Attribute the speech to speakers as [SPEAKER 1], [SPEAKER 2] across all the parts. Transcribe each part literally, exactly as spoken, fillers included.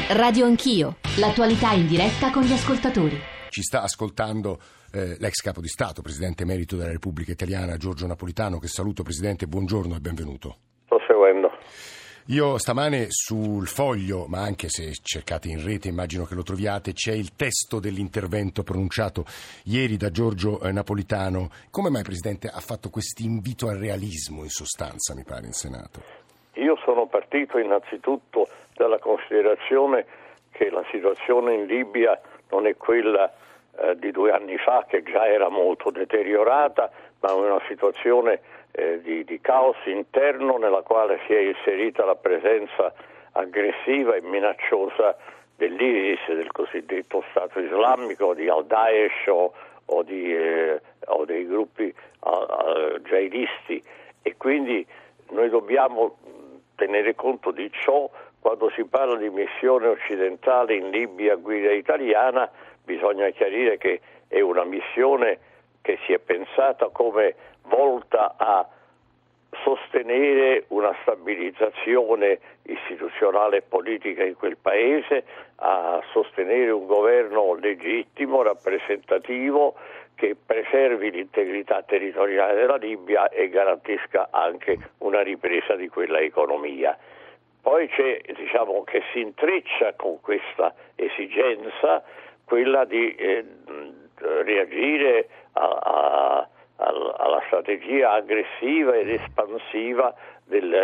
[SPEAKER 1] Radio Anch'io, l'attualità in diretta con gli ascoltatori.
[SPEAKER 2] Ci sta ascoltando eh, l'ex capo di Stato, Presidente Emerito della Repubblica Italiana, Giorgio Napolitano, che saluto. Presidente, buongiorno e benvenuto.
[SPEAKER 3] Sto seguendo.
[SPEAKER 2] Io stamane sul Foglio, ma anche se cercate in rete, immagino che lo troviate, c'è il testo dell'intervento pronunciato ieri da Giorgio eh, Napolitano. Come mai, Presidente, ha fatto questo invito al realismo, in sostanza, mi pare, in Senato?
[SPEAKER 3] Io sono partito innanzitutto dalla considerazione che la situazione in Libia non è quella eh, di due anni fa, che già era molto deteriorata, ma è una situazione eh, di, di caos interno nella quale si è inserita la presenza aggressiva e minacciosa dell'ISIS, del cosiddetto Stato islamico, di al-Daesh o, o, di, eh, o dei gruppi uh, uh, jihadisti, e quindi noi dobbiamo tenere conto di ciò. Quando si parla di missione occidentale in Libia a guida italiana, bisogna chiarire che è una missione che si è pensata come volta a sostenere una stabilizzazione istituzionale e politica in quel paese, a sostenere un governo legittimo, rappresentativo, che preservi l'integrità territoriale della Libia e garantisca anche una ripresa di quella economia. Poi c'è, diciamo, che si intreccia con questa esigenza quella di eh, reagire a, a, a, alla strategia aggressiva ed espansiva del,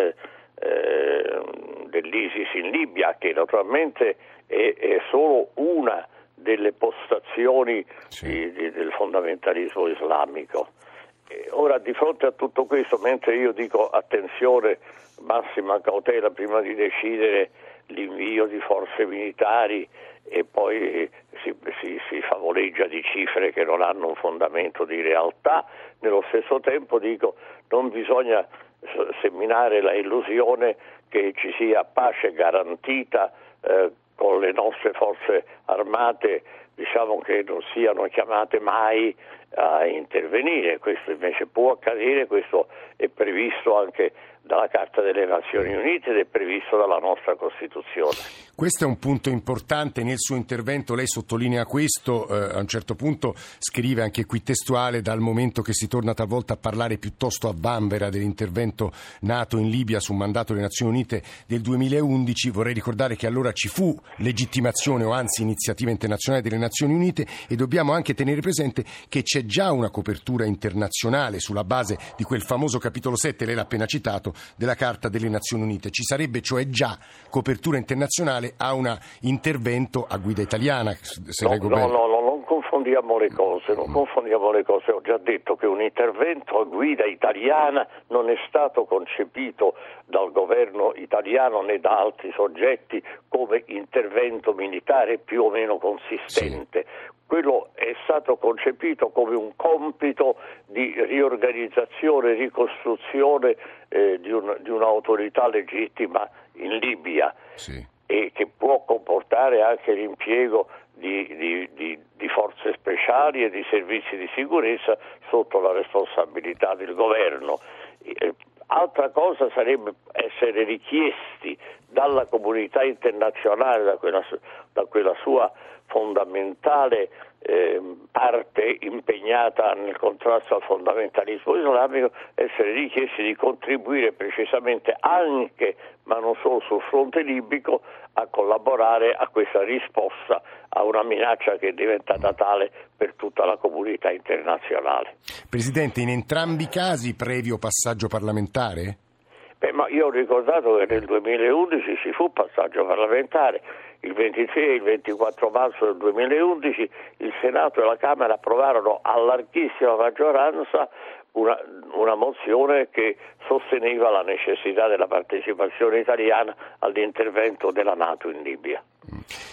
[SPEAKER 3] eh, dell'ISIS in Libia, che naturalmente è, è solo una delle postazioni sì. di, di, del fondamentalismo islamico. E ora, di fronte a tutto questo, mentre io dico attenzione, massima cautela prima di decidere l'invio di forze militari, e poi si, si, si favoleggia di cifre che non hanno un fondamento di realtà, nello stesso tempo dico non bisogna seminare la illusione che ci sia pace garantita eh, con le nostre forze armate, diciamo, che non siano chiamate mai a intervenire. Questo invece può accadere, questo è previsto anche dalla Carta delle Nazioni Unite ed è previsto dalla nostra Costituzione.
[SPEAKER 2] Questo è un punto importante. Nel suo intervento lei sottolinea questo, eh, a un certo punto scrive anche qui testuale: dal momento che si torna talvolta a parlare piuttosto a vanvera dell'intervento NATO in Libia su mandato delle Nazioni Unite del duemilaundici, vorrei ricordare che allora ci fu legittimazione o anzi iniziativa internazionale delle Nazioni Unite, e dobbiamo anche tenere presente che c'è già una copertura internazionale sulla base di quel famoso capitolo sette, lei l'ha appena citato, della Carta delle Nazioni Unite. Ci sarebbe cioè già copertura internazionale a un intervento a guida italiana, se
[SPEAKER 3] no,
[SPEAKER 2] leggo
[SPEAKER 3] no,
[SPEAKER 2] bene.
[SPEAKER 3] No, no, non confondiamo le cose, non confondiamo le cose. Ho già detto che un intervento a guida italiana non è stato concepito dal governo italiano né da altri soggetti come intervento militare più o meno consistente. Sì. Quello è stato concepito come un compito di riorganizzazione, ricostruzione eh, di, un, di un'autorità legittima in Libia. Sì. E che può comportare anche l'impiego di, di, di, di forze speciali e di servizi di sicurezza sotto la responsabilità del governo. Eh, altra cosa sarebbe essere richiesti dalla comunità internazionale, da quella, da quella sua fondamentale eh, parte impegnata nel contrasto al fondamentalismo islamico, essere richiesti di contribuire precisamente anche, ma non solo sul fronte libico, a collaborare a questa risposta a una minaccia che è diventata tale per tutta la comunità internazionale.
[SPEAKER 2] Presidente, in entrambi i casi previo passaggio parlamentare?
[SPEAKER 3] Beh, ma io ho ricordato che nel duemilaundici ci fu passaggio parlamentare. Il ventitré e il ventiquattro marzo del duemilaundici il Senato e la Camera approvarono a larghissima maggioranza una, una mozione che sosteneva la necessità della partecipazione italiana all'intervento della NATO in Libia.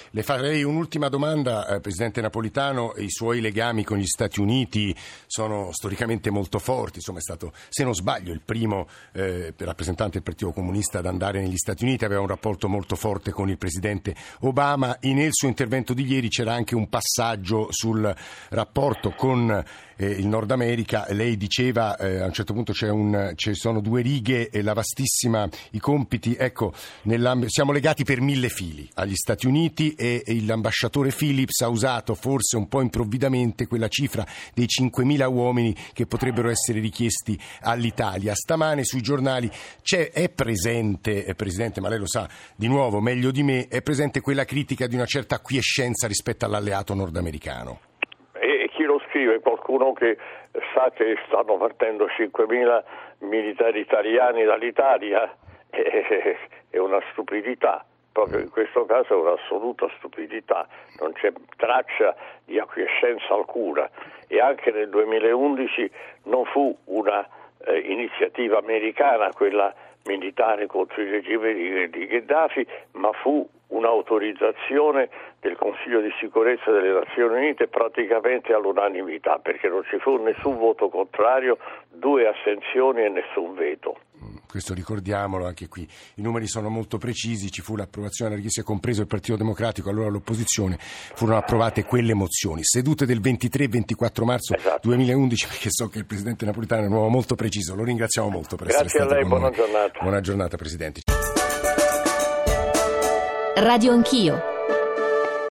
[SPEAKER 2] Le farei un'ultima domanda, eh, Presidente Napolitano. I suoi legami con gli Stati Uniti sono storicamente molto forti, insomma è stato, se non sbaglio, il primo eh, rappresentante del Partito Comunista ad andare negli Stati Uniti, aveva un rapporto molto forte con il Presidente Obama. E nel suo intervento di ieri c'era anche un passaggio sul rapporto con eh, il Nord America. Lei diceva eh, a un certo punto c'è un, ci sono due righe e la vastissima, i compiti, ecco, siamo legati per mille fili agli Stati Uniti e, e l'ambasciatore Phillips ha usato forse un po' improvvidamente quella cifra dei cinquemila uomini che potrebbero essere richiesti all'Italia. Stamane sui giornali c'è, è presente, eh, Presidente, ma lei lo sa di nuovo meglio di me, è presente quella critica di una certa acquiescenza rispetto all'alleato nordamericano.
[SPEAKER 3] E chi lo scrive? Qualcuno che sa che stanno partendo cinquemila militari italiani dall'Italia? È una stupidità. Proprio in questo caso è un'assoluta stupidità, non c'è traccia di acquiescenza alcuna e anche nel duemilaundici non fu una eh, iniziativa americana quella militare contro il regime di, di Gheddafi, ma fu un'autorizzazione del Consiglio di sicurezza delle Nazioni Unite praticamente all'unanimità, perché non ci fu nessun voto contrario, due astensioni e nessun veto.
[SPEAKER 2] Questo ricordiamolo anche qui, i numeri sono molto precisi, ci fu l'approvazione larghissima, compreso il Partito Democratico, allora l'opposizione, furono approvate quelle mozioni. Sedute del ventitré e ventiquattro marzo esatto. duemilaundici, perché so che il Presidente Napolitano è un uomo molto preciso, lo ringraziamo molto per
[SPEAKER 3] Grazie
[SPEAKER 2] essere stato
[SPEAKER 3] a lei,
[SPEAKER 2] con
[SPEAKER 3] buona
[SPEAKER 2] noi.
[SPEAKER 3] giornata.
[SPEAKER 2] Buona giornata Presidente.
[SPEAKER 1] Radio Anch'io.